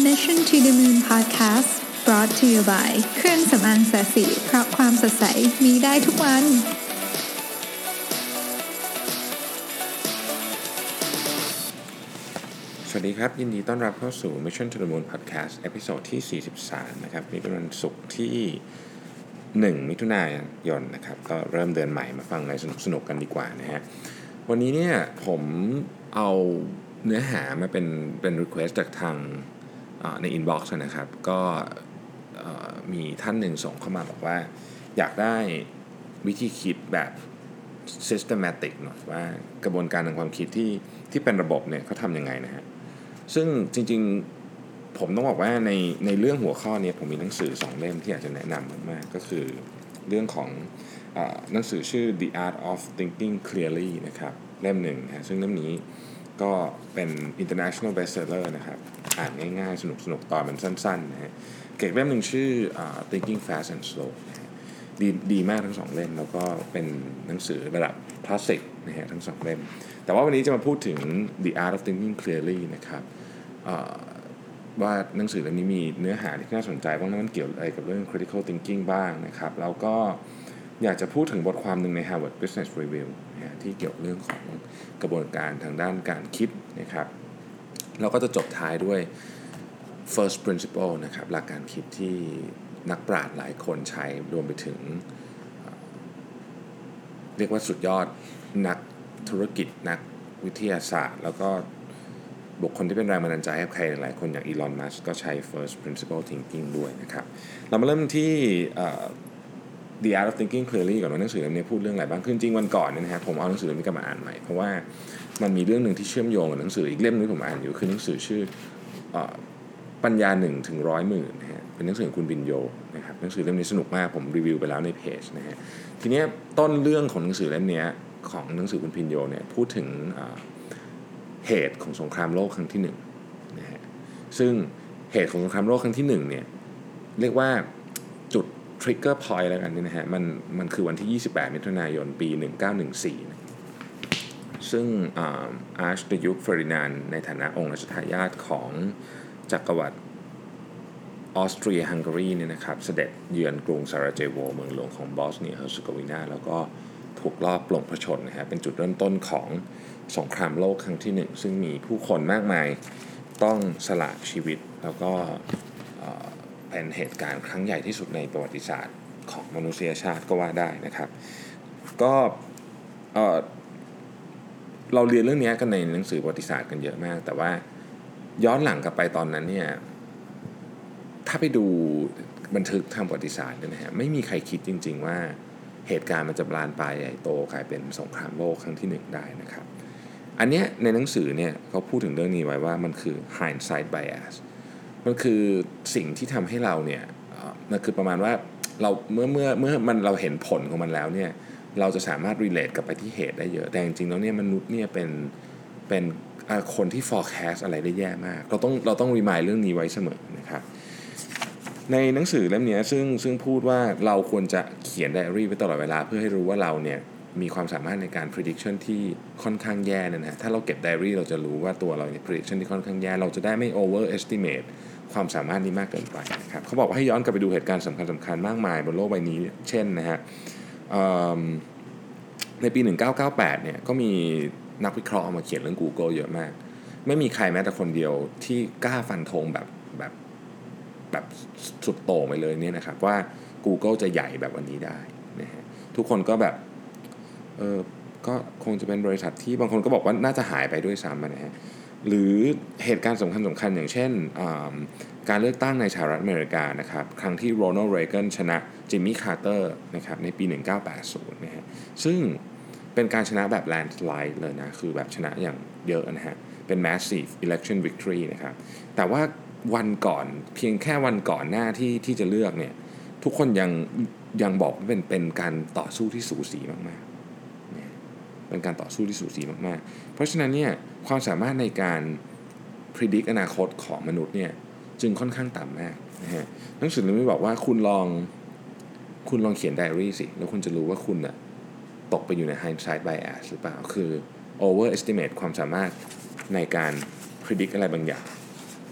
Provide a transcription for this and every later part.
Mission to the Moon Podcast brought to you by เครื่องสำอางแสสีเพราะความสดใสมีได้ทุกวันสวัสดีครับยินดีต้อนรับเข้าสู่ Mission to the Moon Podcast เอพิโซดที่43นะครับนี่เป็นวันศุกร์ที่1มิถุนายนนะครับก็เริ่มเดือนใหม่มาฟังอะไรสนุกๆกันดีกว่านะฮะวันนี้เนี่ยผมเอาเนื้อหามาเป็น request จากทางใน inbox นะครับก็มีท่านหนึ่งส่งเข้ามาบอกว่าอยากได้วิธีคิดแบบ systematic หน่อยว่ากระบวนการทางความคิดที่เป็นระบบเนี่ยเขาทำยังไงนะฮะซึ่งจริงๆผมต้องบอกว่าในเรื่องหัวข้อนี้ผมมีหนังสือ2เล่มที่อยากจะแนะนำมากๆก็คือเรื่องของหนังสือชื่อ The Art of Thinking Clearly นะครับเล่มหนึ่งนะซึ่งเล่มนี้ก็เป็น international bestseller นะครับอ่านง่ายๆสนุกๆตอนมันสั้นๆนะฮะเก่งเล่มหนึ่งชื่อThinking Fast and Slow นะฮะดีมากทั้ง2เล่มแล้วก็เป็นหนังสือระดับคลาสสิกนะฮะทั้ง2เล่มแต่ว่าวันนี้จะมาพูดถึง The Art of Thinking Clearly นะครับว่าหนังสือเล่มนี้มีเนื้อหาที่น่าสนใจบ้างมันเกี่ยวอะไรกับเรื่อง critical thinking บ้างนะครับแล้วก็อยากจะพูดถึงบทความหนึ่งใน Harvard Business Review นะที่เกี่ยวเรื่องของกระบวนการทางด้านการคิดนะครับแล้วก็จะจบท้ายด้วย first principle นะครับหลักการคิดที่นักปราชญ์หลายคนใช้รวมไปถึงเรียกว่าสุดยอดนักธุรกิจนักวิทยาศาสตร์แล้วก็บุคคลที่เป็นแรงบันดาลใจให้ใครหลายคนอย่างอีลอนมัสก์ก็ใช้ first principle thinking ด้วยนะครับเรามาเริ่มที่The Art of Thinking Clearly ก่อนว่าหนังสือเล่มนี้พูดเรื่องอะไรบ้างคือจริงวันก่อนเนี่ยนะฮะผมเอาหนังสือเล่มนี้กลับมาอ่านใหม่เพราะว่ามันมีเรื่องนึงที่เชื่อมโยงกับหนังสืออีกเล่มนึงผมอ่านอยู่คือหนังสือชื่อปัญญา1ถึง100หมื่นนะฮะเป็นหนังสือของคุณบินโยนะครับหนังสือเล่มนี้สนุกมากผมรีวิวไปแล้วในเพจนะฮะทีนี้ต้นเรื่องของหนังสือเล่มนี้ของหนังสือคุณบินโยเนี่ยพูดถึงเหตุของสงครามโลกครั้งที่1นะฮะซึ่งเหตุของสงครามโลกครั้งที่1เนี่ยเรียกว่าจุดtrigger point แล้วกันนะฮะมันคือวันที่28มิถุนายนปี1914นะซึ่งArchduke Ferdinand ในฐานะองค์รัชทายาทของจักรวรรดิออสเตรียฮังการีเนี่ยนะครับเสด็จเยือนกรุงซาราเจโวเมืองหลวงของบอสเนียเฮอร์เซโกวีนาแล้วก็ถูกลอบปลงพระชนม์นะฮะเป็นจุดเริ่มต้นของสงครามโลกครั้งที่1ซึ่งมีผู้คนมากมายต้องสละชีวิตแล้วก็เป็นเหตุการณ์ครั้งใหญ่ที่สุดในประวัติศาสตร์ของมนุษยชาติก็ว่าได้นะครับก็เราเรียนเรื่องนี้กันในหนังสือประวัติศาสตร์กันเยอะมากแต่ว่าย้อนหลังกลับไปตอนนั้นเนี่ยถ้าไปดูบันทึกทางประวัติศาสตร์เนี่ยนะฮะไม่มีใครคิดจริงๆว่าเหตุการณ์มันจะบานปลายใหญ่โตกลายเป็นสงครามโลกครั้งที่1ได้นะครับอันเนี้ยในหนังสือเนี่ยเขาพูดถึงเรื่องนี้ไว้ว่ามันคือ hindsight biasมันคือสิ่งที่ทำให้เราเนี่ยมันคือประมาณว่าเราเมื่อมันเราเห็นผลของมันแล้วเนี่ยเราจะสามารถ relate กลับไปที่เหตุได้เยอะแต่จริงๆแล้วเนี่ยมนุษย์เนี่ยเป็นคนที่ forecast อะไรได้แย่มากเราต้อง remind เรื่องนี้ไว้เสมอนะครับในหนังสือเล่มนี้ซึ่งพูดว่าเราควรจะเขียนไดอารี่ไว้ตลอดเวลาเพื่อให้รู้ว่าเราเนี่ยมีความสามารถในการ prediction ที่ค่อนข้างแย่นะฮะถ้าเราเก็บไดอารี่เราจะรู้ว่าตัวเราเนี่ย prediction ที่ค่อนข้างแย่เราจะได้ไม่ overestimate ความสามารถนี้มากเกินไปนะครับเขาบอกว่าให้ย้อนกลับไปดูเหตุการณ์สำคัญมากมายบนโลกใบนี้เช่นนะฮะในปี1998เนี่ยก็มีนักวิเคราะห์มาเขียนเรื่อง Google เยอะมากไม่มีใครแม้แต่คนเดียวที่กล้าฟันธงแบบสุดโต่งไปเลยเนี่ยนะครับว่า Google จะใหญ่แบบวันนี้ได้นะฮะทุกคนก็แบบก็คงจะเป็นบริษัทที่บางคนก็บอกว่าน่าจะหายไปด้วยซ้ำนะฮะหรือเหตุการณ์สำคัญอย่างเช่นการเลือกตั้งในสหรัฐอเมริกานะครับครั้งที่โรนัลด์ เรแกนชนะจิมมี่ คาร์เตอร์นะครับในปี1980นะฮะซึ่งเป็นการชนะแบบแลนด์สไลด์เลยนะคือแบบชนะอย่างเยอะนะฮะเป็น massive election victory นะครับแต่ว่าวันก่อนเพียงแค่วันก่อนหน้าที่จะเลือกเนี่ยทุกคนยังบอกว่าเป็นการต่อสู้ที่สูสีมากๆเป็นการต่อสู้ที่สูสีมากๆเพราะฉะนั้นเนี่ยความสามารถในการ predict อนาคตของมนุษย์เนี่ยจึงค่อนข้างต่ำมากนะฮะหนังสือเล่มนี้บอกว่าคุณลองเขียนไดอารี่สิแล้วคุณจะรู้ว่าคุณน่ะตกไปอยู่ใน hindsight bias หรือเปล่าคือ overestimate ความสามารถในการ predict อะไรบางอย่าง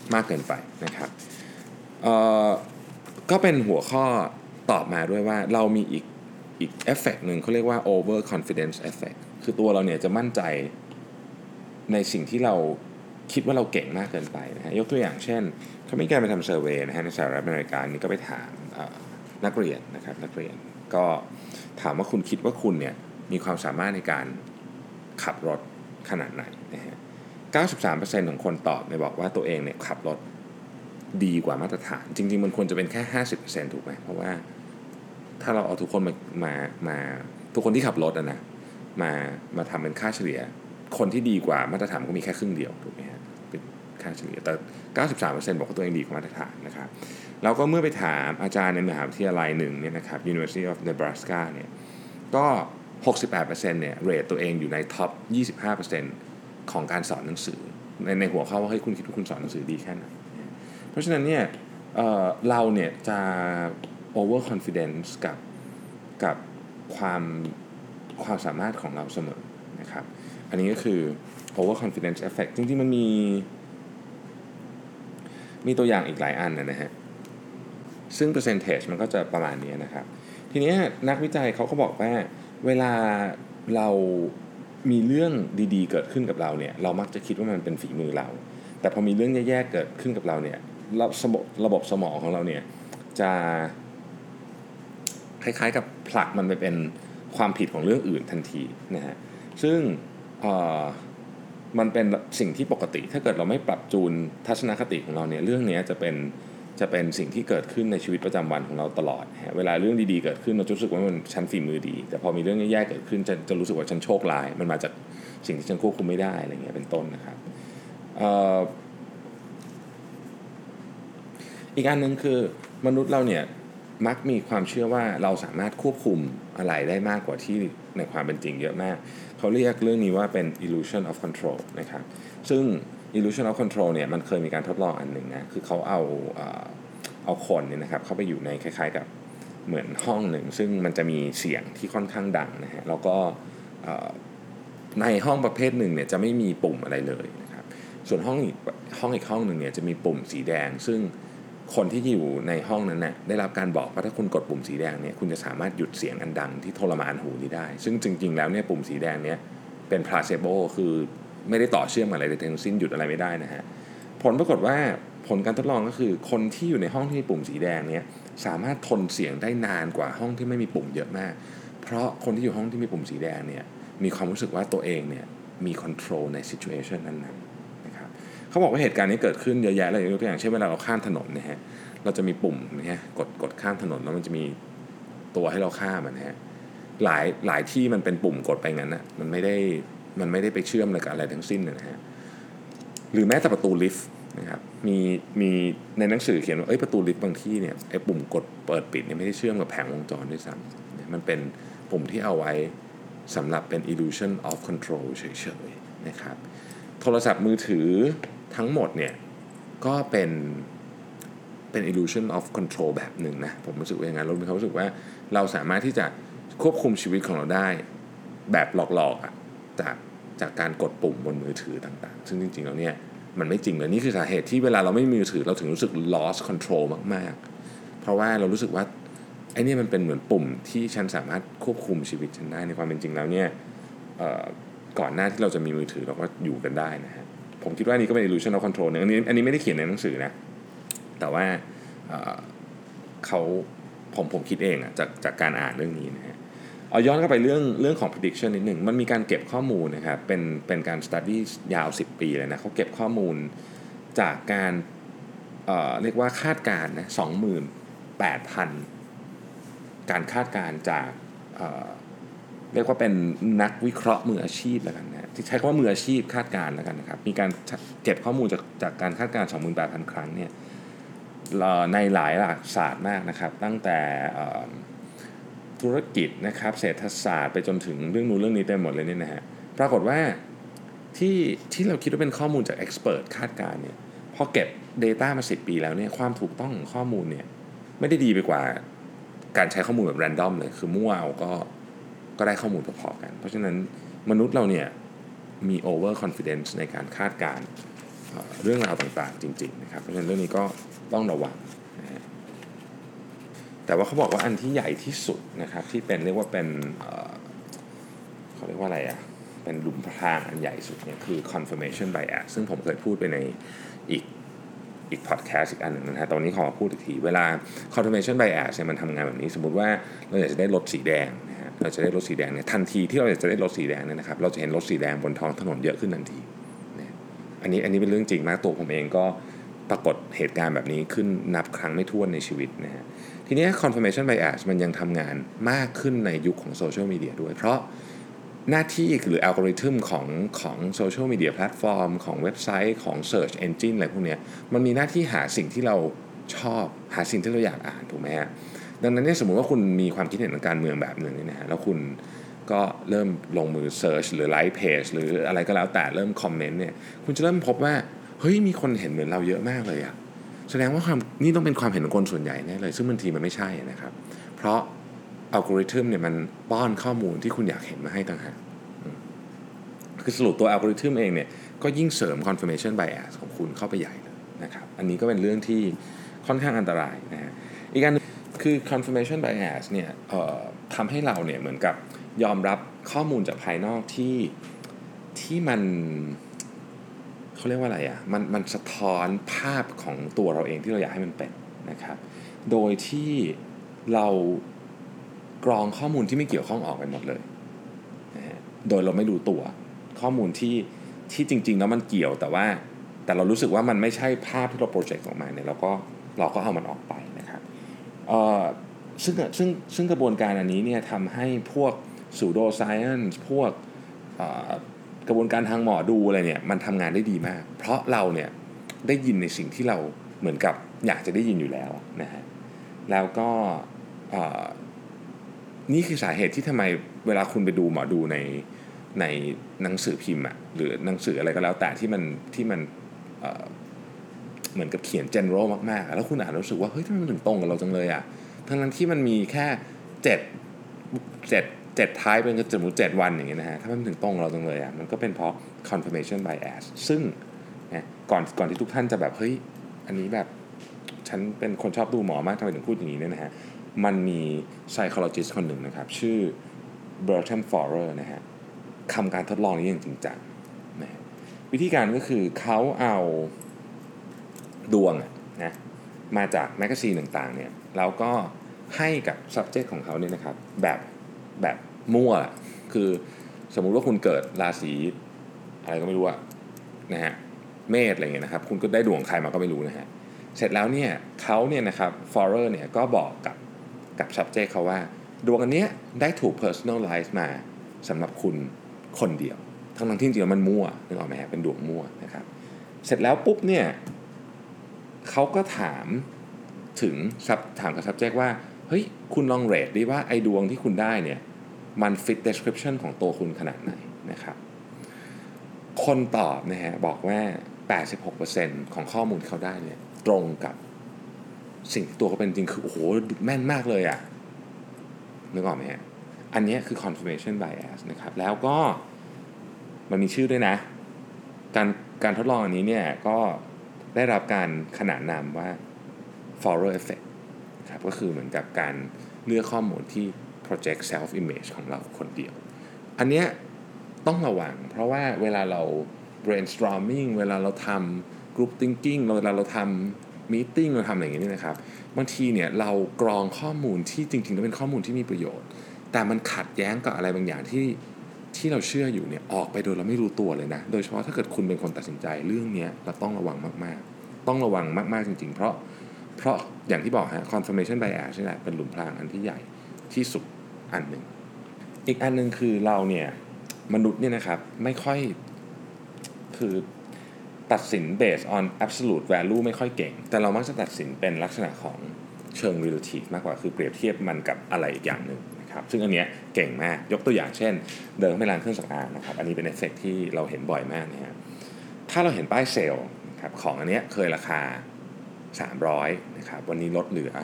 มากเกินไปนะครับเอ่อก็เป็นหัวข้อตอบมาด้วยว่าเรามีอีกเอฟเฟกต์หนึ่งเขาเรียกว่า over confidence effect คือตัวเราเนี่ยจะมั่นใจในสิ่งที่เราคิดว่าเราเก่งมากเกินไปนะฮะยกตัวอย่างเช่นเขามีการไปทำเซอร์เวย์นะฮะในสหรัฐอเมริกานี่ก็ไปถามนักเรียนนะครับนักเรียนก็ถามว่าคุณคิดว่าคุณเนี่ยมีความสามารถในการขับรถขนาดไหนนะฮะ 93% ของคนตอบเนี่ยบอกว่าตัวเองเนี่ยขับรถดีกว่ามาตรฐานจริงๆมันควรจะเป็นแค่ 50% ถูกไหมเพราะว่าถ้าเราเอาทุกคนมาทุกคนที่ขับรถนะมาทำเป็นค่าเฉลี่ยคนที่ดีกว่ามาตรฐานก็มีแค่ครึ่งเดียวถูกไหมฮะเป็นค่าเฉลี่ยแต่ 93% บอกว่าตัวเองดีกว่ามาตรฐานนะครับแล้วก็เมื่อไปถามอาจารย์ในมหาวิทยาลัยหนึ่งเนี่ยนะครับ University of Nebraska เนี่ยก็ 68% เนี่ยเรทตัวเองอยู่ในท็อป 25% ของการสอนหนังสือในหัวข้อว่าให้คุณคิดว่าคุณสอนหนังสือดีแค่ไหนเพราะฉะนั้นเนี่ยเราเนี่ยจะ over confidence กับความสามารถของเราเสมอนะครับอันนี้ก็คือ over confidence effect จริงๆมันมีตัวอย่างอีกหลายอันนะฮะซึ่ง percentage มันก็จะประมาณนี้นะครับทีนี้นักวิจัยเขาก็บอกว่าเวลาเรามีเรื่องดีๆเกิดขึ้นกับเราเนี่ยเรามักจะคิดว่ามันเป็นฝีมือเราแต่พอมีเรื่องแย่ๆเกิดขึ้นกับเราเนี่ยระบบสมองของเราเนี่ยจะคล้ายๆกับผลักมันไปเป็นความผิดของเรื่องอื่นทันทีนะฮะซึ่งมันเป็นสิ่งที่ปกติถ้าเกิดเราไม่ปรับจูนทัศนคติของเราเนี่ยเรื่องนี้จะเป็นสิ่งที่เกิดขึ้นในชีวิตประจำวันของเราตลอดเวลาเรื่องดีๆเกิดขึ้นเราจะรู้สึกว่ามันฉันฝีมือดีแต่พอมีเรื่องแย่ๆเกิดขึ้นจะรู้สึกว่าฉันโชคร้ายมันมาจากสิ่งที่ฉันควบคุมไม่ได้อะไรเงี้ยเป็นต้นนะครับอีกอันนึงคือมนุษย์เราเนี่ยมักมีความเชื่อว่าเราสามารถควบคุมอะไรได้มากกว่าที่ในความเป็นจริงเยอะมากเขาเรียกเรื่องนี้ว่าเป็น illusion of control นะครับซึ่ง illusion of control เนี่ยมันเคยมีการทดลองอันหนึ่งนะคือเขาเอาคนเนี่ยนะครับเข้าไปอยู่ในคล้ายๆกับเหมือนห้องหนึ่งซึ่งมันจะมีเสียงที่ค่อนข้างดังนะฮะแล้วก็ในห้องประเภทหนึ่งเนี่ยจะไม่มีปุ่มอะไรเลยนะครับส่วนห้องอีกห้องหนึ่งเนี่ยจะมีปุ่มสีแดงซึ่งคนที่อยู่ในห้องนั้นเนี่ยได้รับการบอกว่าถ้าคุณกดปุ่มสีแดงเนี่ยคุณจะสามารถหยุดเสียงอันดังที่ทรมานหูนี้ได้ซึ่งจริงๆแล้วเนี่ยปุ่มสีแดงเนี่ยเป็นพลาเซโบคือไม่ได้ต่อเชื่อมอะไรเลยทั้งสิ้นหยุดอะไรไม่ได้นะฮะผลปรากฏว่าผลการทดลองก็คือคนที่อยู่ในห้องที่มีปุ่มสีแดงเนี่ยสามารถทนเสียงได้นานกว่าห้องที่ไม่มีปุ่มเยอะมากเพราะคนที่อยู่ห้องที่มีปุ่มสีแดงเนี่ยมีความรู้สึกว่าตัวเองเนี่ยมีคอนโทรลในซิทูเอชันนั้นๆนะครับเขาบอกว่าเหตุการณ์นี้เกิดขึ้นเยอะแยะเลยยกตัวอย่างเช่นเวลาเราข้ามถนนนะฮะเราจะมีปุ่มนะฮะกดข้ามถนนแล้วมันจะมีตัวให้เราข้ามนะฮะหลายที่มันเป็นปุ่มกดไปงั้นนะมันไม่ได้ไปเชื่อมอะไรกับอะไรทั้งสิ้นนะฮะหรือแม้แต่ประตูลิฟต์นะครับมีในหนังสือเขียนว่าประตูลิฟต์บางที่เนี่ยไอ้ปุ่มกดเปิดปิดเนี่ยไม่ได้เชื่อมกับแผงวงจรด้วยซ้ำมันเป็นปุ่มที่เอาไว้สำหรับเป็น illusion of control เฉยๆนะครับโทรศัพท์มือถือทั้งหมดเนี่ยก็เป็น illusion of control แบบหนึ่งนะผมรู้สึกว่าอย่างนั้นเรามีความรู้สึกว่าเราสามารถที่จะควบคุมชีวิตของเราได้แบบหลอกๆจากการกดปุ่มบนมือถือต่างๆซึ่งจริงๆแล้วเนี่ยมันไม่จริงเลยนี่คือสาเหตุที่เวลาเราไม่มีมือถือเราถึงรู้สึก lost control มากๆเพราะว่าเรารู้สึกว่าไอ้นี่มันเป็นเหมือนปุ่มที่ฉันสามารถควบคุมชีวิตฉันได้ในความเป็นจริงแล้วเนี่ยก่อนหน้าที่เราจะมีมือถือเราก็อยู่กันได้นะฮะผมคิดว่านี่ก็เป็น illusion of control นึงอันนี้ไม่ได้เขียนในหนังสือนะแต่ว่าผมคิดเองจากการอ่านเรื่องนี้นะฮะเอาย้อนเข้าไปเรื่องของ prediction นิดหนึ่งมันมีการเก็บข้อมูลนะครับเป็นการ study ยาว10 ปีเลยนะเขาเก็บข้อมูลจากการเรียกว่าคาดการณ์นะ 28,000 การคาดการณ์จากเรียกว่าเป็นนักวิเคราะห์มืออาชีพแล้วกันนะที่ใช้คำว่ามืออาชีพคาดการณ์แล้วกันนะครับมีการเก็บข้อมูลจากการคาดการณ์ 28,000 ครั้งเนี่ยในหลายหลักศาสตร์มากนะครับตั้งแต่ธุรกิจนะครับเศรษฐศาสตร์ไปจนถึงเรื่องนู้นเรื่องนี้เต็มหมดเลยเนี่ยนะฮะปรากฏว่าที่เราคิดว่าเป็นข้อมูลจาก expert คาดการณ์เนี่ยพอเก็บ data มา10 ปีแล้วเนี่ยความถูกต้องของข้อมูลเนี่ยไม่ได้ดีไปกว่าการใช้ข้อมูลแบบ random เลยคือมั่วเอาก็ได้ข้อมูลพอๆกันเพราะฉะนั้นมนุษย์เราเนี่ยมี over confidence ในการคาดการณ์เรื่องราวต่างๆจริงๆนะครับเพราะฉะนั้นเรื่องนี้ก็ต้องระวังนะฮะแต่ว่าเขาบอกว่าอันที่ใหญ่ที่สุดนะครับที่เป็นเรียกว่าเป็นเขาเรียกว่าอะไรอ่ะเป็นหลุมพรางอันใหญ่สุดเนี่ยคือ confirmation bias ซึ่งผมเคยพูดไปในอีกพอดแคสต์อีกอันหนึ่งนะฮะตอนนี้ขอมาพูดอีกทีเวลา confirmation bias เนี่ยมันทำงานแบบนี้สมมุติว่าเราอยากจะได้รถสีแดงนะฮะเราจะได้รถสีแดงเนี่ยทันทีที่เราอยากจะได้รถสีแดงเนี่ยนะครับเราจะเห็นรถสีแดงบนท้องถนนเยอะขึ้นทันทีนะอันนี้เป็นเรื่องจริงมากตัวผมเองก็ปรากฏเหตุการณ์แบบนี้ขึ้นนับครั้งไม่ถ้วนในชีวิตนะฮะทีนี้ confirmation bias มันยังทำงานมากขึ้นในยุคของโซเชียลมีเดียด้วยเพราะหน้าที่หรืออัลกอริทึมของโซเชียลมีเดียแพลตฟอร์มของเว็บไซต์ของ Search Engine อะไรพวกนี้มันมีหน้าที่หาสิ่งที่เราชอบหาสิ่งที่เราอยากอ่านถูกไหมฮะดังนั้นเนี่ยสมมุติว่าคุณมีความคิดเห็นทางการเมืองแบบหนึ่งเนี่ยนะฮะแล้วคุณก็เริ่มลงมือ Search หรือไลค์เพจหรืออะไรก็แล้วแต่เริ่มคอมเมนต์เนี่ยคุณจะเริ่มพบว่าเฮ้ยมีคนเห็นเหมือนเราเยอะมากเลยอะแสดงว่านี่ต้องเป็นความเห็นของคนส่วนใหญ่แน่เลยซึ่งบางทีมันไม่ใช่นะครับเพราะอัลกอริทึมเนี่ยมันป้อนข้อมูลที่คุณอยากเห็นมาให้ต่างหากคือสรุปตัวอัลกอริทึมเองเนี่ยก็ยิ่งเสริม confirmation bias ของคุณเข้าไปใหญ่เลยนะครับอันนี้ก็เป็นเรื่องที่ค่อนข้างอันตรายนะฮะอีกอันนึงคือ confirmation bias เนี่ยทำให้เราเนี่ยเหมือนกับยอมรับข้อมูลจากภายนอกที่มันเขาเรียกว่าอะไรอ่ะมันสะท้อนภาพของตัวเราเองที่เราอยากให้มันเป็นนะครับโดยที่เรากรองข้อมูลที่ไม่เกี่ยวข้องออกไปหมดเลยนะฮะโดยเราไม่รู้ตัวข้อมูลที่จริงๆแล้วมันเกี่ยวแต่เรารู้สึกว่ามันไม่ใช่ภาพที่เราโปรเจกต์ออกมาเนี่ยเราก็เอามันออกไปนะครับซึ่งกระบวนการอันนี้เนี่ยทำให้พวก pseudo science พวกกระบวนการทางหมอดูอะไรเนี่ยมันทำงานได้ดีมากเพราะเราเนี่ยได้ยินในสิ่งที่เราเหมือนกับอยากจะได้ยินอยู่แล้วนะฮะแล้วก็นี่คือสาเหตุที่ทำไมเวลาคุณไปดูหมอดูในหนังสือพิมพ์อะหรือหนังสืออะไรก็แล้วแต่ที่มันเหมือนกับเขียน general มากๆแล้วคุณอ่านรู้สึกว่าเฮ้ยทำไมมันถึงตรงกับเราจังเลยอะทั้งนั้นที่มันมีแค่7ท้ายเป็นสมมุติ7วันอย่างเงี้ยนะฮะถ้ามันถึงตรงเราจังเลยอ่ะมันก็เป็นเพราะ confirmation bias ซึ่งนะก่อนที่ทุกท่านจะแบบเฮ้ยอันนี้แบบฉันเป็นคนชอบดูหมอมากทำไมถึงพูดอย่างนี้เนี่ยนะฮะมันมี psychologist คนหนึ่งนะครับชื่อ Burton Forer นะฮะทำการทดลองนี้อย่างจริงจังนะวิธีการก็คือเขาเอาดวงนะมาจากแมกกาซีนต่างๆเนี่ยแล้วก็ให้กับ subject ของเขาเนี่ยนะครับแบบมั่วคือสมมุติว่าคุณเกิดราศีอะไรก็ไม่รู้นะฮะเมษอะไรเงี้ยนะครับคุณก็ได้ดวงใครมาก็ไม่รู้นะฮะเสร็จแล้วเนี่ยเขาเนี่ยนะครับฟอเรอร์เนี่ยก็บอกกับ subject เขาว่าดวงอันเนี้ยได้ถูก personalize มาสำหรับคุณคนเดียวทั้งที่จริงๆมันมั่วนึกออกไหมฮะเป็นดวงมั่วนะครับเสร็จแล้วปุ๊บเนี่ยเขาก็ถามกับ subject ว่าเฮ้ยคุณลองเรทดิว่าไอ้ดวงที่คุณได้เนี่ยมัน fit description ของตัวคุณขนาดไหนนะครับคนตอบนะฮะบอกว่า 86% ของข้อมูลเขาได้เนี่ยตรงกับสิ่งที่ตัวเขาเป็นจริงคือโอ้โหแม่นมากเลยอะนึกออกไหมฮะอันนี้คือ confirmation bias นะครับแล้วก็มันมีชื่อด้วยนะการทดลองอันนี้เนี่ยก็ได้รับการขนานนามว่า Forer effect ครับก็คือเหมือนกับการเลือกข้อมูลที่ project self image ของเราคนเดียวอันเนี้ยต้องระวังเพราะว่าเวลาเรา brainstorming เวลาเราทำ group thinking เวลาเราทำ meeting เราทำอะไรอย่างนี้นะครับบางทีเนี่ยเรากรองข้อมูลที่จริงๆแล้วเป็นข้อมูลที่มีประโยชน์แต่มันขัดแย้งกับอะไรบางอย่างที่เราเชื่ออยู่เนี่ยออกไปโดยเราไม่รู้ตัวเลยนะโดยเฉพาะถ้าเกิดคุณเป็นคนตัดสินใจเรื่องนี้เราต้องระวังมากๆต้องระวังมากๆจริงๆเพราะอย่างที่บอกฮะ confirmation bias นี่แหละเป็นหลุมพรางอันที่ใหญ่ที่สุดอันหนึ่งอีกอันนึงคือเราเนี่ยมนุษย์เนี่ยนะครับไม่ค่อยคือตัดสิน based on absolute value ไม่ค่อยเก่งแต่เรามักจะตัดสินเป็นลักษณะของเชิง relative มากกว่าคือเปรียบเทียบมันกับอะไรอีกอย่างหนึ่งนะครับซึ่งอันเนี้ยเก่งมากยกตัวอย่างเช่นเดินไปร้านเครื่องสำอางนะครับอันนี้เป็นเอฟเฟกต์ที่เราเห็นบ่อยมากนะฮะถ้าเราเห็นป้ายเซลล์นะครับของอันเนี้ยเคยราคา300นะครับวันนี้ลดเหลือ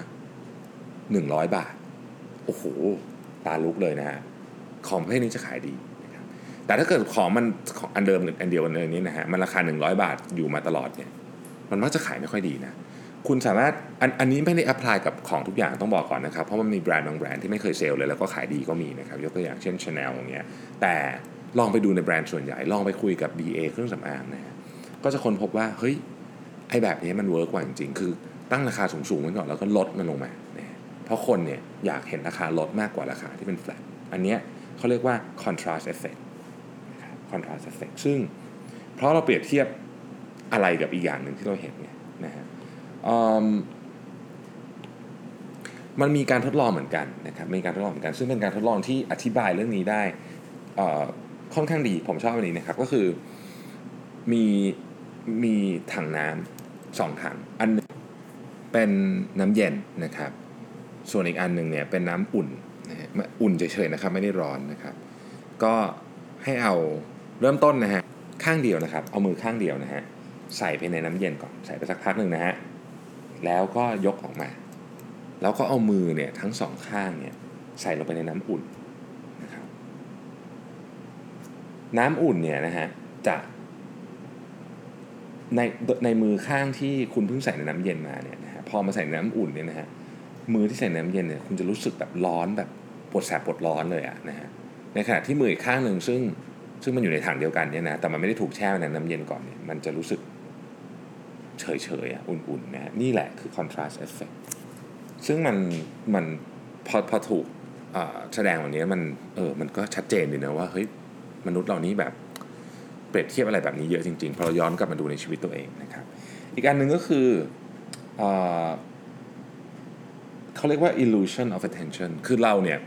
100 บาทโอ้โหตาลุกเลยนะฮะของประเภทนี้จะขายดีนะครับแต่ถ้าเกิดของมันอันเดิมอันเดียวกันเลยนี้นะฮะมันราคา100บาทอยู่มาตลอดเนี่ยมันมักจะขายไม่ค่อยดีนะคุณสามารถอันนี้ไม่ได้ apply กับของทุกอย่างต้องบอกก่อนนะครับเพราะมันมีแบรนด์บางแบรนด์ที่ไม่เคยเซลล์เลยแล้วก็ขายดีก็มีนะครับยกตัวอย่างเช่น Chanel อย่างเงี้ยแต่ลองไปดูในแบรนด์ส่วนใหญ่ลองไปคุยกับ DA เครื่องสำอางนะฮะก็จะค้นพบว่าเฮ้ยไอ้แบบนี้มันเวิร์กกว่าจริงๆคือตั้งราคาสูงๆไว้ก่อนแล้วก็ลดมันลงมานะเพราะคนเนี่ยอยากเห็นราคาลดมากกว่าราคาที่เป็น flat อันเนี้ยเขาเรียกว่า contrast effect contrast effect ซึ่งเพราะเราเปรียบเทียบอะไรกับอีกอย่างหนึ่งที่เราเห็นเนี่ยนะฮะมันมีการทดลองเหมือนกันนะครับมีการทดลองเหมือนกันซึ่งเป็นการทดลองที่อธิบายเรื่องนี้ได้ค่อนข้างดีผมชอบอันนี้นะครับก็คือมีถังน้ำ2ถังอันนึงเป็นน้ำเย็นนะครับส่วนอีกอันนึงเนี่ยเป็นน้ำอุ่นนะฮะอุ่นเฉยๆนะครับไม่ได้ร้อนนะครับก็ให้เอาเริ่มต้นนะฮะข้างเดียวนะครับเอามือข้างเดียวนะฮะใส่ไปในน้ำเย็นก่อนใส่ไปสักพักนึงนะฮะแล้วก็ยกออกมาแล้วก็เอามือเนี่ยทั้งสองข้างเนี่ยใส่ลงไปในน้ำอุ่นนะครับน้ำอุ่นเนี่ยนะฮะจะในมือข้างที่คุณเพิ่งใส่ในน้ำเย็นมาเนี่ยนะฮะพอมาใส่ในน้ำอุ่นเนี่ยนะฮะมือที่ใส่น้ำเย็นเนี่ยคุณจะรู้สึกแบบร้อนแบบปวดแสบปวดร้อนเลยอะนะฮะในขณะที่มืออีกข้างนึงซึ่งมันอยู่ในถังเดียวกันเนี่ยนะแต่มันไม่ได้ถูกแช่ในน้ำเย็นก่อนเนี่ยมันจะรู้สึกเฉยๆอุ่นๆนะฮะนี่แหละคือ contrast effect ซึ่งมันพอถูกแสดงแบบนี้มันก็ชัดเจนดีนะว่าเฮ้ยมนุษย์เรานี้แบบเปรียบเทียบอะไรแบบนี้เยอะจริงๆพอเราย้อนกลับมาดูในชีวิตตัวเองนะครับอีกอันหนึ่งก็คือเขาเรียกว่า illusion of attention คือเราเนี่ย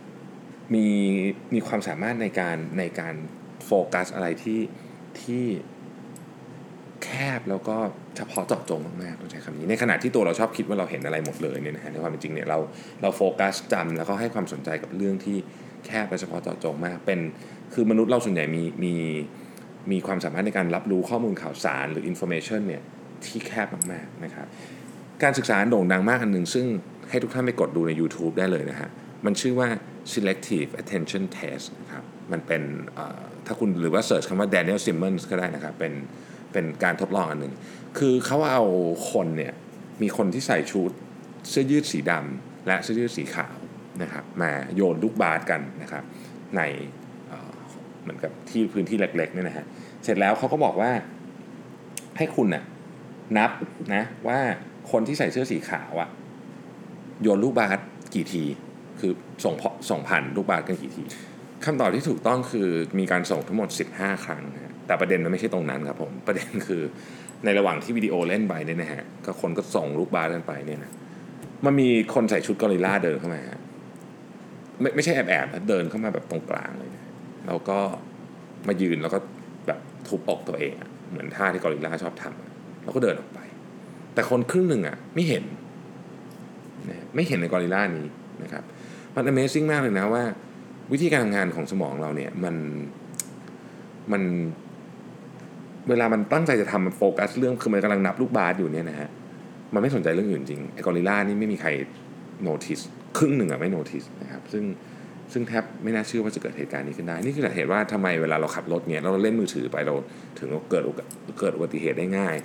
มีความสามารถในการโฟกัสอะไรที่แคบแล้วก็เฉพาะเจาะจงมากๆต้องใช้คำนี้ในขณะที่ตัวเราชอบคิดว่าเราเห็นอะไรหมดเลยเนี่ยนะฮะในความเป็นจริงเนี่ยเราโฟกัสจำแล้วก็ให้ความสนใจกับเรื่องที่แคบและเฉพาะเจาะจงมากคือมนุษย์เราส่วนใหญ่มีความสามารถในการรับรู้ข้อมูลข่าวสารหรือ information เนี่ยที่แคบมากๆนะครับการศึกษาโด่งดังมากอันหนึ่งซึ่งให้ทุกท่านไปกดดูใน YouTube ได้เลยนะฮะมันชื่อว่า selective attention test นะครับมันเป็นถ้าคุณหรือว่าเสิร์ชคำว่า Daniel Simmons ก็ได้นะครับเป็นการทดลองอันหนึ่งคือเขาเอาคนเนี่ยมีคนที่ใส่ชุดเสื้อยืดสีดำและเสื้อยืดสีขาวนะครับมาโยนลูกบาสกันนะครับในเหมือนกับที่พื้นที่เล็กๆเนี่ยนะฮะเสร็จแล้วเขาก็บอกว่าให้คุณน่ะนับนะว่าคนที่ใส่เสื้อสีขาวอะโยนลูกบาสกี่ทีคือส่งผ่านลูกบาสกันกี่ทีคำตอบที่ถูกต้องคือมีการส่งทั้งหมด15ครั้งนะแต่ประเด็นมันไม่ใช่ตรงนั้นครับผมประเด็นคือในระหว่างที่วิดีโอเล่นไปเนี่ยนะฮะก็คนก็ส่งลูกบาสกันไปเนี่ยนะมันมีคนใส่ชุดกอริลลาเดินเข้ามาฮะไม่ใช่แอบเดินเข้ามาแบบตรงกลางเลยนะแล้วก็มายืนแล้วก็แบบทุบอกตัวเองเหมือนท่าที่กอริลลาชอบทำแล้วก็เดินออกไปแต่คนครึ่งหนึ่งไม่เห็นในกอริลลานี้นะครับมัน Amazing มากเลยนะว่าวิธีการทำงานของสมองเราเนี่ยมันเวลามันตั้งใจจะทำมันโฟกัสเรื่องคือมันกำลังนับลูกบาสอยู่เนี่ยนะฮะมันไม่สนใจเรื่องอื่นจริงไอ้กอริลลานี่ไม่มีใครโน้ติสครึ่งหนึ่งไม่โน้ติสนะครับซึ่งแทบไม่น่าเชื่อว่าจะเกิดเหตุการณ์นี้ขึ้นได้นี่คือเหตุว่าทำไมเวลาเราขับรถเนี่ยเราเล่นมือถือไปเราถึงเกิดอุบัติเหตุได้ง่าย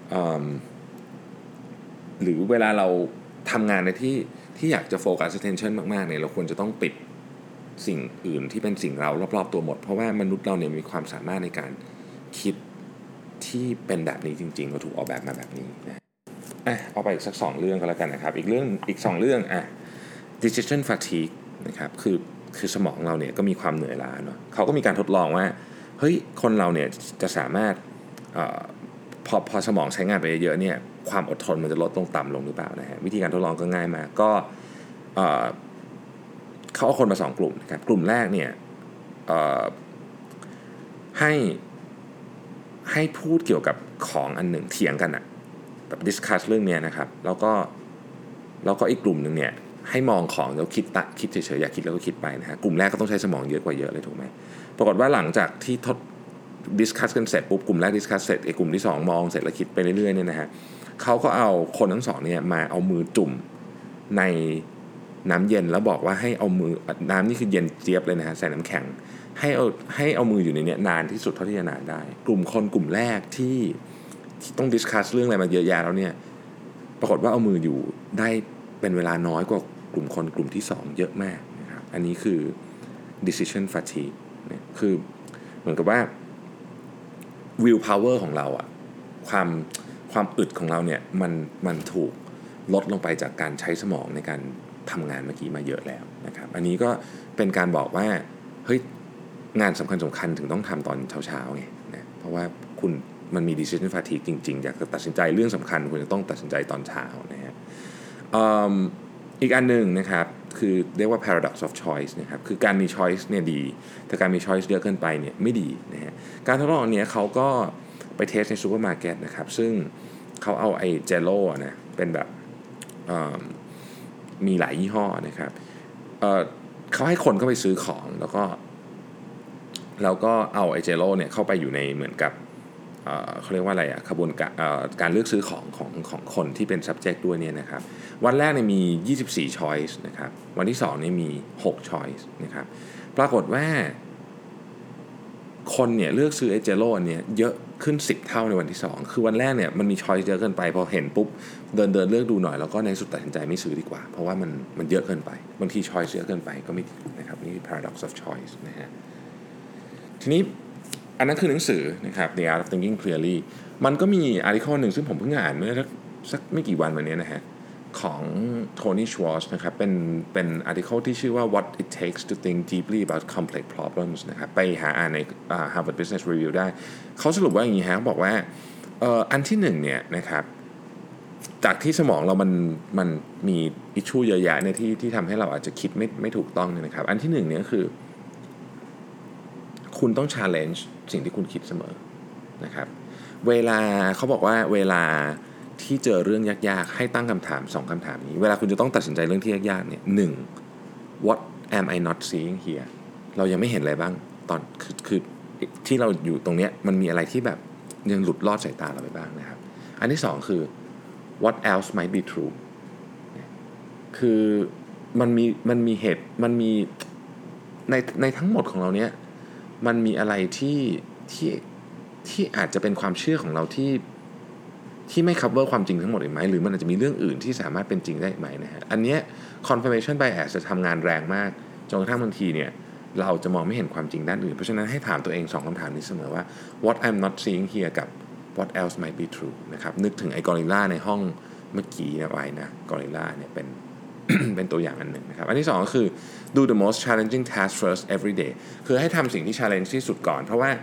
หรือเวลาเราทำงานในที่อยากจะโฟกัส attention มากๆเนี่ยเราควรจะต้องปิดสิ่งอื่นที่เป็นสิ่งเรารอบๆตัวหมดเพราะว่ามนุษย์เราเนี่ยมีความสามารถในการคิดที่เป็นแบบนี้จริงๆเราถูกออกแบบมาแบบนี้นะเอาไปอีกสัก2เรื่องก็แล้วกันนะครับอีก2เรื่องdecision fatigue นะครับคือสมองเราเนี่ยก็มีความเหนื่อยล้าเนาะเขาก็มีการทดลองว่าเฮ้ยคนเราเนี่ยจะสามารถพอสมองใช้งานไปเยอะๆเนี่ยความอดทนมันจะลดลงต่ำลงหรือเปล่านะฮะวิธีการทดลองก็ง่ายมากก็เขาเอาคนมา2กลุ่มนะครับกลุ่มแรกเนี่ยให้พูดเกี่ยวกับของอันหนึ่งเถียงกันอะแบบดิสคัสเรื่องนี้นะครับแล้วก็อีกกลุ่มหนึ่งเนี่ยให้มองของแล้วคิดเฉยๆอย่าคิดแล้วก็คิดไปนะฮะกลุ่มแรกก็ต้องใช้สมองเยอะกว่าเยอะเลยถูกไหมปรากฏว่าหลังจากที่ดิสคัสกันเสร็จปุ๊บกลุ่มแรกดิสคัสเสร็จไอ้กลุ่มที่2มองเสร็จแล้วคิดไปเรื่อยๆเนี่ยนะฮะเขาก็เอาคนทั้งสองเนี่ยมาเอามือจุ่มในน้ำเย็นแล้วบอกว่าให้เอามือน้ำนี่คือเย็นเจี๊ยบเลยนะฮะใส่น้ำแข็งให้เอามืออยู่ในนี้นานที่สุดเท่าที่จะนานได้กลุ่มคนกลุ่มแรกที่ต้องดิสคัสเรื่องอะไรมาเยอะแยะแล้วเนี่ยปรากฏว่าเอามืออยู่ได้เป็นเวลาน้อยกว่ากลุ่มคนกลุ่มที่2เยอะมากนะครับอันนี้คือ decision fatigue เนี่ยคือเหมือนกับว่า will power ของเราอะความอึดของเราเนี่ยมันถูกลดลงไปจากการใช้สมองในการทำงานเมื่อกี้มาเยอะแล้วนะครับอันนี้ก็เป็นการบอกว่าเฮ้ยงานสำคัญถึงต้องทำตอนเช้าไงนะเพราะว่ามันมี decision fatigue จริงๆอยากจะตัดสินใจเรื่องสำคัญคุณจะต้องตัดสินใจตอนเช้านะฮะอีกอันหนึ่งนะครับคือเรียกว่า paradox of choice นะครับคือการมี choice เนี่ยดีแต่การมี choice เยอะเกินไปเนี่ยไม่ดีนะฮะการทดลองอันนี้เขาก็ไปเทสในซูเปอร์มาร์เก็ตนะครับซึ่งเขาเอาไอ้เจลโล่นะเป็นแบบมีหลายยี่ห้อนะครับเขาให้คนเข้าไปซื้อของแล้วก็เอาไอ้เจลโล่เนี่ยเข้าไปอยู่ในเหมือนกับเขาเรียกว่าอะไรขบวนการเลือกซื้อของคนที่เป็น subject ด้วยเนี่ยนะครับวันแรกเนี่ยมี24 choice นะครับวันที่2เนี่ยมี6 choice นะครับปรากฏว่าคนเนี่ยเลือกซื้อไอ้เจลโล่อันเนี้ยเยอะขึ้น10เท่าในวันที่2คือวันแรกเนี่ยมันมี choice เยอะเกินไปพอเห็นปุ๊บเดินเลือกดูหน่อยแล้วก็ในสุดตัดสินใจไม่ซื้อดีกว่าเพราะว่ามันเยอะเกินไปบางที choice เยอะเกินไปก็ไม่ดีนะครับนี่ paradox of choice นะฮะทีนี้อันนั้นคือหนังสือนะครับ The Art of Thinking Clearly มันก็มีอาร์ติเคิลหนึ่งซึ่งผมเพิ่งอ่านเมื่อสักไม่กี่วันมานี้นะฮะของโทนี่ชวอร์ชนะครับเป็นอาร์ติเคิลที่ชื่อว่า What it takes to think deeply about complex problems นะครับไปหาอ่านในHarvard Business Review ได้เขาสรุปว่าอย่างนี้ฮะบอกว่าอันที่หนึ่งเนี่ยนะครับจากที่สมองเรามันมีอิชชูเยอะแยะเนี่ยที่ทำให้เราอาจจะคิดไม่ถูกต้องเนี่ยนะครับอันที่หนึ่งเนี่ยคือคุณต้อง challenge สิ่งที่คุณคิดเสมอนะครับเวลาเขาบอกว่าเวลาที่เจอเรื่องยากๆให้ตั้งคำถาม2คำถามนี้เวลาคุณจะต้องตัดสินใจเรื่องที่ยากๆเนี่ย 1. What am I not seeing here เรายังไม่เห็นอะไรบ้างตอนคือที่เราอยู่ตรงเนี้ยมันมีอะไรที่แบบยังหลุดลอดสายตาเราไปบ้างนะครับอันที่2คือ What else might be true คือมันมีเหตุมันมีในทั้งหมดของเราเนี้ยมันมีอะไรที่อาจจะเป็นความเชื่อของเราที่ไม่ cover ความจริงทั้งหมดอีกไหมหรือมันอาจจะมีเรื่องอื่นที่สามารถเป็นจริงได้อีกไหมนะฮะอันเนี้ย confirmation bias จะทำงานแรงมากจนกระทั่งบางทีเนี่ยเราจะมองไม่เห็นความจริงด้านอื่นเพราะฉะนั้นให้ถามตัวเอง2คำถามนี้เสมอว่า what I'm not seeing here กับ what else might be true นะครับนึกถึงไอ้กอริลลาในห้องเมื่อกี้นะไว้นะกอริลลาเนี่ยเป็น เป็นตัวอย่างอันหนึ่งนะครับอันที่2ก็คือ do the most challenging task first every day คือให้ทำสิ่งที่ challenge ที่สุดก่อนเพราะว่า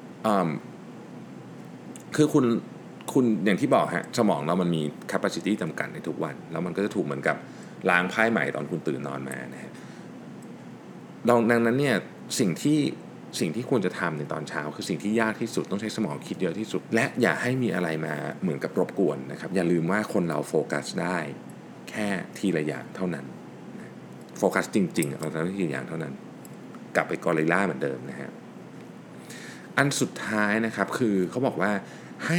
คือคุณอย่างที่บอกฮะสมองเรามันมี capacity จำกัดในทุกวันแล้วมันก็จะถูกเหมือนกับล้างไพ่ใหม่ตอนคุณตื่นนอนมานะฮะดังนั้นเนี่ยสิ่งที่ควรจะทำในตอนเช้าคือสิ่งที่ยากที่สุดต้องใช้สมองคิดเยอะที่สุดและอย่าให้มีอะไรมาเหมือนกับรบกวนนะครับอย่าลืมว่าคนเราโฟกัสได้แค่ทีละอย่างเท่านั้นโฟกัสจริงๆเราทำได้ทีละอย่างเท่านั้นกลับไปกอริลลาเหมือนเดิมนะฮะอันสุดท้ายนะครับคือเขาบอกว่าให้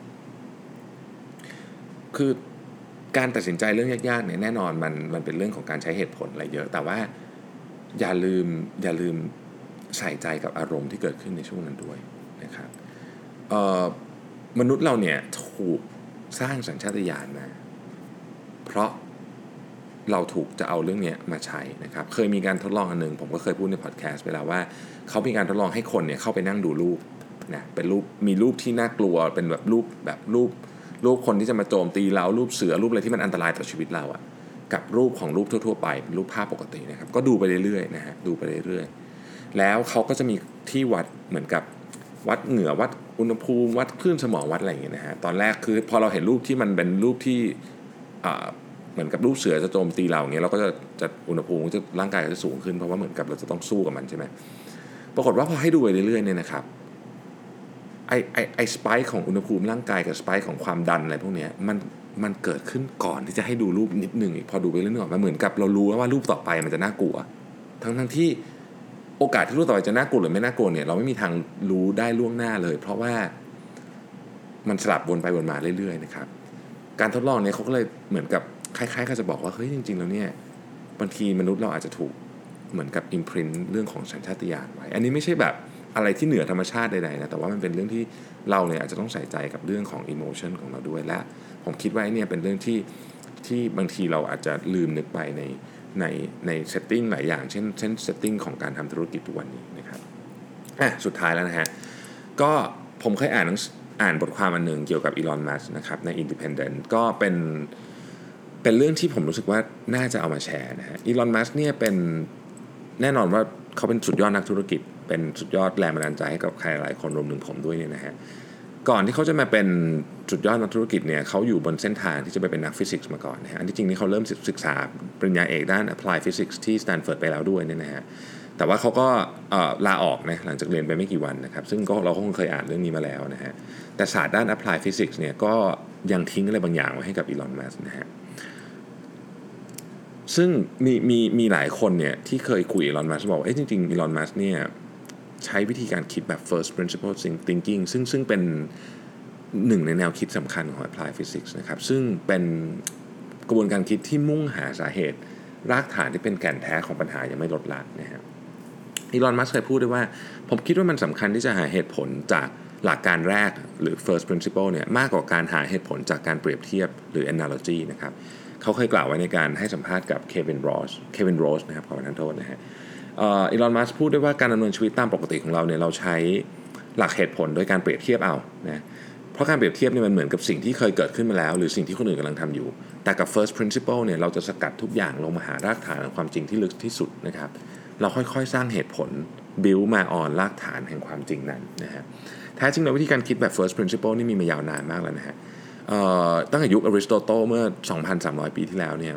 คือการตัดสินใจเรื่องยากๆเนี่ยแน่นอนมันเป็นเรื่องของการใช้เหตุผลอะไรเยอะแต่ว่าอย่าลืมใส่ใจกับอารมณ์ที่เกิดขึ้นในช่วงนั้นด้วยนะครับมนุษย์เราเนี่ยถูกสร้างสัญชาตญาณมาเพราะเราถูกจะเอาเรื่องนี้มาใช้นะครับเคยมีการทดลองอันนึงผมก็เคยพูดในพอดแคสต์ไปแล้วว่าเขามีการทดลองให้คนเนี่ยเข้าไปนั่งดูรูปนะเป็นรูปมีรูปที่น่ากลัวเป็นแบบรูปคนที่จะมาโจมตีเรารูปเสือรูปอะไรที่มันอันตรายต่อชีวิตเราอะกับรูปของรูปทั่วๆไปเป็นรูปภาพปกตินะครับก็ดูไปเรื่อยๆนะฮะดูไปเรื่อยๆแล้วเขาก็จะมีที่วัดเหมือนกับวัดเหงื่อวัดอุณหภูมิวัดคลื่นสมองวัดอะไรอย่างเงี้ยนะฮะตอนแรกคือพอเราเห็นรูปที่มันเป็นรูปที่เหมือนกับรูปเสือจะโจมตีเราอย่างเงี้ยเราก็จะอุณหภูมิจะร่างกายจะสูงขึ้นเพราะว่าเหมือนกับเราจะต้องสู้กับมันใช่ไหมปรากฏว่าพอให้ดูไปเรื่อยๆเนี่ยนะครับไอสไปค์ของอุณหภูมิร่างกายกับสไปค์ของความดันอะไรพวกนี้มันเกิดขึ้นก่อนที่จะให้ดูรูปนิดนึงอีกพอดูไปเรื่อยๆมันเหมือนกับเรารู้ว่ารูปต่อไปมันจะน่ากลัวทั้งที่โอกาสที่รูปต่อไปจะน่ากลัวหรือไม่น่ากลัวเนี่ยเราไม่มีทางรู้ได้ล่วงหน้าเลยเพราะว่ามันสลับวนไปวนมาเรื่อยๆนะครับการทดลองเนี่ยเขาก็เลยเหมือนกับคล้ายๆเขาจะบอกว่าเฮ้ยจริงๆแล้วเนี่ยบางทีมนุษย์เราอาจจะถูกเหมือนกับ imprint เรื่องของสัญชาตญาณไว้อันนี้ไม่ใช่แบบอะไรที่เหนือธรรมชาติใดๆนะแต่ว่ามันเป็นเรื่องที่เราเนี่ยอาจจะต้องใส่ใจกับเรื่องของ emotion ของเราด้วยและผมคิดว่าเนี่ยเป็นเรื่องที่บางทีเราอาจจะลืมนึกไปในเซตติ้งหลายอย่างเช่นเซตติ้งของการทำธุรกิจทุกวันนี้นะครับสุดท้ายแล้วนะฮะก็ผมเคยอ่านบทความอันหนึ่งเกี่ยวกับอีลอนมัสก์นะครับใน Independent ก็เป็นเรื่องที่ผมรู้สึกว่าน่าจะเอามาแชร์นะฮะอีลอนมัสก์เนี่ยเป็นแน่นอนว่าเขาเป็นสุดยอดนักธุรกิจเป็นสุดยอดแรงบันดาลใจให้กับใครหลายคนรวมถึงผมด้วยเนี่ยนะฮะก่อนที่เขาจะมาเป็นสุดยอดนักธุรกิจเนี่ยเขาอยู่บนเส้นทางที่จะไปเป็นนักฟิสิกส์มาก่อนนะฮะอันที่จริงนี่เขาเริ่มศึกษาปริญญาเอกด้าน Applied Physics ที่ Stanford ไปแล้วด้วยเนี่ยนะฮะแต่ว่าเขาก็ลาออกนะหลังจากเรียนไปไม่กี่วันนะครับซึ่งเราก็คงเคยอ่านเรื่องนี้มาแล้วนะฮะแต่ศาสตร์ด้าน Applied Physics เนี่ยก็ยังทิ้งอะไรบางอย่างไว้ให้กับอีลอนมัสก์นะฮะซึ่งมีหลายคนเนี่ยที่เคยคุยอีลอนมัสก์บอกว่าจริงๆอีลอนมัสก์เนี่ยใช้วิธีการคิดแบบ first principle thinking ซึ่งเป็นหนึ่งในแนวคิดสำคัญของ Applied Physics นะครับซึ่งเป็นกระบวนการคิดที่มุ่งหาสาเหตุรากฐานที่เป็นแก่นแท้ของปัญหายังไม่ลดละนะครับอีลอนมัสก์เคยพูดด้วยว่าผมคิดว่ามันสำคัญที่จะหาเหตุผลจากหลักการแรกหรือ first principle เนี่ยมากกว่าการหาเหตุผลจากการเปรียบเทียบหรือ analogy นะครับเขาเคยกล่าวไว้ในการให้สัมภาษณ์กับเควินโรสนะครับขอประทานโทษนะฮะอีลอนมัสก์พูดด้วยว่าการดำเนินชีวิตตามปกติของเราเนี่ยเราใช้หลักเหตุผลโดยการเปรียบเทียบเอานะเพราะการเปรียบเทียบเนี่ยมันเหมือนกับสิ่งที่เคยเกิดขึ้นมาแล้วหรือสิ่งที่คนอื่นกำลังทำอยู่แต่กับ first principle เนี่ยเราจะสกัดทุกอย่างลงมาหารากฐานของความจริงที่ลึกที่สุดนะครับเราค่อยๆสร้างเหตุผล build มารากฐานแห่งความจริงนั้นนะฮะแท้จริงแล้ววิธีการคิดแบบ first principle นี่มีมายาวนานมากแล้วนะฮะตั้งแต่ยุคอริสโตเติลเมื่อ 2,300 ปีที่แล้วเนี่ย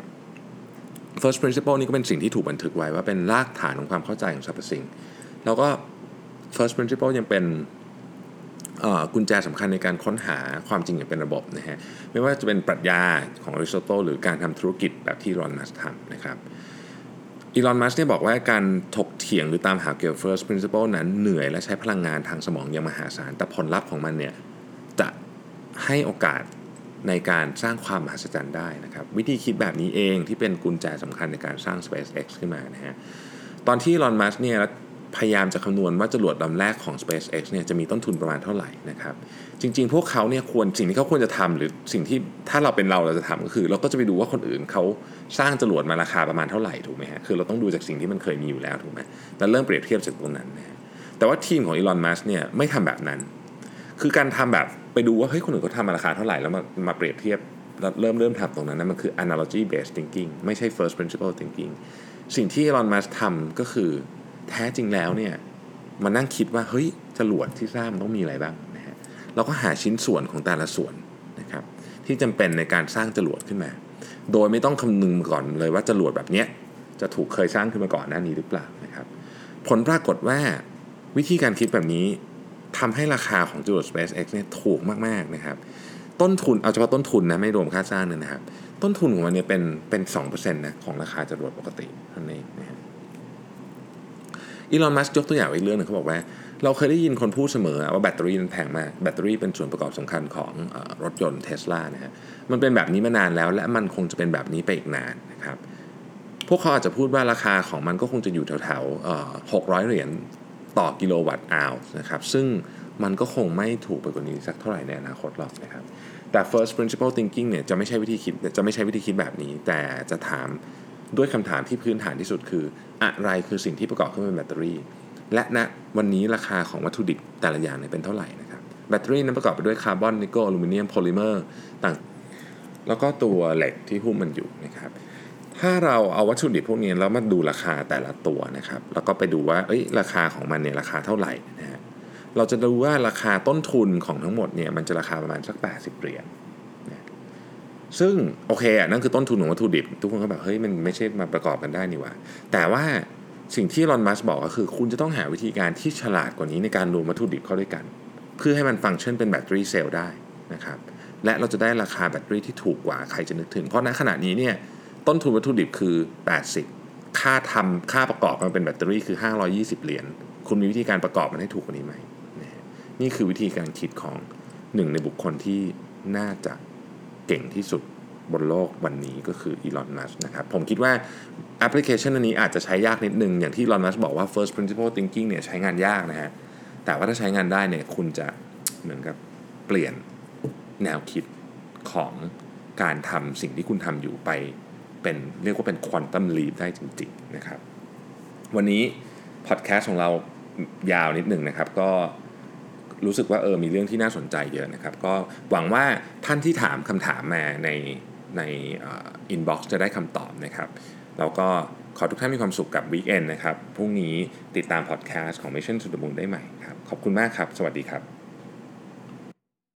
first principle นี่ก็เป็นสิ่งที่ถูกบันทึกไว้ว่าเป็นรากฐานของความเข้าใจของสรรพสิ่งแล้วก็ first principle ยังเป็นกุญแจสำคัญในการค้นหาความจริงอย่างเป็นระบบนะฮะไม่ว่าจะเป็นปรัชญาของอริสโตเติลหรือการทำธุรกิจแบบที่อีลอนมัสก์ทำนะครับอีลอนมัสก์เนี่ยบอกว่าการถกเถียงหรือตามหาเกี่ยวกับ first principle นั้นเหนื่อยและใช้พลังงานทางสมองอย่างมหาศาลแต่ผลลัพธ์ของมันเนี่ยจะให้โอกาสในการสร้างความมหัศจรรย์ได้นะครับวิธีคิดแบบนี้เองที่เป็นกุญแจสำคัญในการสร้าง SpaceX ขึ้นมานะฮะตอนที่อีลอนมัสก์เนี่ยพยายามจะคำนวณว่าจรวดลำแรกของ SpaceX เนี่ยจะมีต้นทุนประมาณเท่าไหร่นะครับจริงๆพวกเขาเนี่ยสิ่งที่เขาควรจะทำหรือสิ่งที่ถ้าเราเป็นเราจะทำก็คือเราก็จะไปดูว่าคนอื่นเขาสร้างจรวดมาราคาประมาณเท่าไหร่ถูกไหมฮะคือเราต้องดูจากสิ่งที่มันเคยมีอยู่แล้วถูกไหมแล้วเริ่มเปรียบเทียบจากตรงนั้นนะฮะแต่ว่าทีมของอีลอนมัสก์เนี่ยไม่ทำแบบนั้นคือการทำแบบไปดูว่าเฮ้ยคนอื่นเขาทำมาราคาเท่าไหร่แล้วมาเปรียบเทียบแล้วเริ่มทำตรงนั้นนะมันคือ analogy based thinking ไม่ใช่ first principle thinking สิ่งที่อีลอนมัสก์ทำก็คือแท้จริงแล้วเนี่ยมานั่งคิดว่าเฮ้ยจรวดที่สร้างต้องมีอะไรบ้างนะฮะเราก็หาชิ้นส่วนของแต่ละส่วนนะครับที่จำเป็นในการสร้างจรวดขึ้นมาโดยไม่ต้องคำนึงก่อนเลยว่าจรวดแบบนี้จะถูกเคยสร้างขึ้นมาก่อนหน้านี้หรือเปล่านะครับผลปรากฏว่าวิธีการคิดแบบนี้ทำให้ราคาของจรวด SpaceX เนี่ยถูกมากๆนะครับต้นทุนเอาเฉพาะต้นทุนนะไม่รวมค่าสร้างนะครับต้นทุนของมันเนี่ยเป็น 2% นะของราคาจรวดปกติเท่านั้นเองนะฮะอีลอนมัสก์ยกตัวอย่างอีกเรื่องนึงเขาบอกว่าเราเคยได้ยินคนพูดเสมอว่าแบตเตอรี่นั้นแพงมากแบตเตอรี่เป็นส่วนประกอบสำคัญของรถยนต์ Tesla นะฮะมันเป็นแบบนี้มานานแล้วและมันคงจะเป็นแบบนี้ไปอีกนานนะครับพวกเขาอาจจะพูดว่าราคาของมันก็คงจะอยู่แถวๆ$600ต่อกิโลวัตต์อาวส์นะครับซึ่งมันก็คงไม่ถูกไปกว่านี้สักเท่าไหร่ในอนาคตหรอกนะครับแต่ first principle thinking เนี่ยจะไม่ใช่วิธีคิดแบบนี้แต่จะถามด้วยคำถามที่พื้นฐานที่สุดคืออะไรคือสิ่งที่ประกอบขึ้นเป็นแบตเตอรี่และณวันนี้ราคาของวัตถุดิบแต่ละอย่างเนี่ยเป็นเท่าไหร่นะครับแบตเตอรี่นั้นประกอบไปด้วยคาร์บอนนิกเกิลอลูมิเนียมโพลิเมอร์ต่างแล้วก็ตัวเหล็กที่หุ้มมันอยู่นะครับถ้าเราเอาวัตถุดิบพวกนี้แล้วมาดูราคาแต่ละตัวนะครับแล้วก็ไปดูว่าราคาของมันเนี่ยราคาเท่าไหร่นะฮะเราจะดูว่าราคาต้นทุนของทั้งหมดเนี่ยมันจะราคาประมาณสัก$80นะซึ่งโอเคนั่นคือต้นทุนของวัตถุดิบทุกคนก็แบบเฮ้ยมันไม่ใช่มาประกอบกันได้นี่หว่าแต่ว่าสิ่งที่ลอนมัสก์บอกก็คือคุณจะต้องหาวิธีการที่ฉลาดกว่านี้ในการรวมวัตถุดิบเข้าด้วยกันเพื่อให้มันฟังก์ชันเป็นแบตเตอรี่เซลล์ได้นะครับและเราจะได้ราคาแบตเตอรี่ที่ถูกกว่าใครจะนึกถึงเพราะณขณะนี้เนี่ยต้นทุนวัตถุดิบคือ80ค่าประกอบมันเป็นแบตเตอรี่คือ$520คุณมีวิธีการประกอบมันให้ถูกกว่านี้ไหมนี่คือวิธีการคิดของหนึ่งในบุคคลที่น่าจะเก่งที่สุดบนโลกวันนี้ก็คืออีลอน มัสก์นะครับผมคิดว่าแอปพลิเคชันอันนี้อาจจะใช้ยากนิดนึงอย่างที่อีลอน มัสก์บอกว่า first principle thinking เนี่ยใช้งานยากนะฮะแต่ว่าถ้าใช้งานได้เนี่ยคุณจะเหมือนกับเปลี่ยนแนวคิดของการทำสิ่งที่คุณทำอยู่ไปเป็นเรียกว่าเป็น quantum leap ได้จริงๆนะครับวันนี้พอดแคสต์ของเรายาวนิดหนึ่งนะครับก็รู้สึกว่ามีเรื่องที่น่าสนใจเยอะนะครับก็หวังว่าท่านที่ถามคำถามมาในอินบ็อกซ์จะได้คำตอบนะครับแล้วก็ขอทุกท่านมีความสุขกับวีคเอนด์นะครับพรุ่งนี้ติดตามพอดแคสต์ของ Mission to the Moon ได้ใหม่ครับขอบคุณมากครับสวัสดีครับ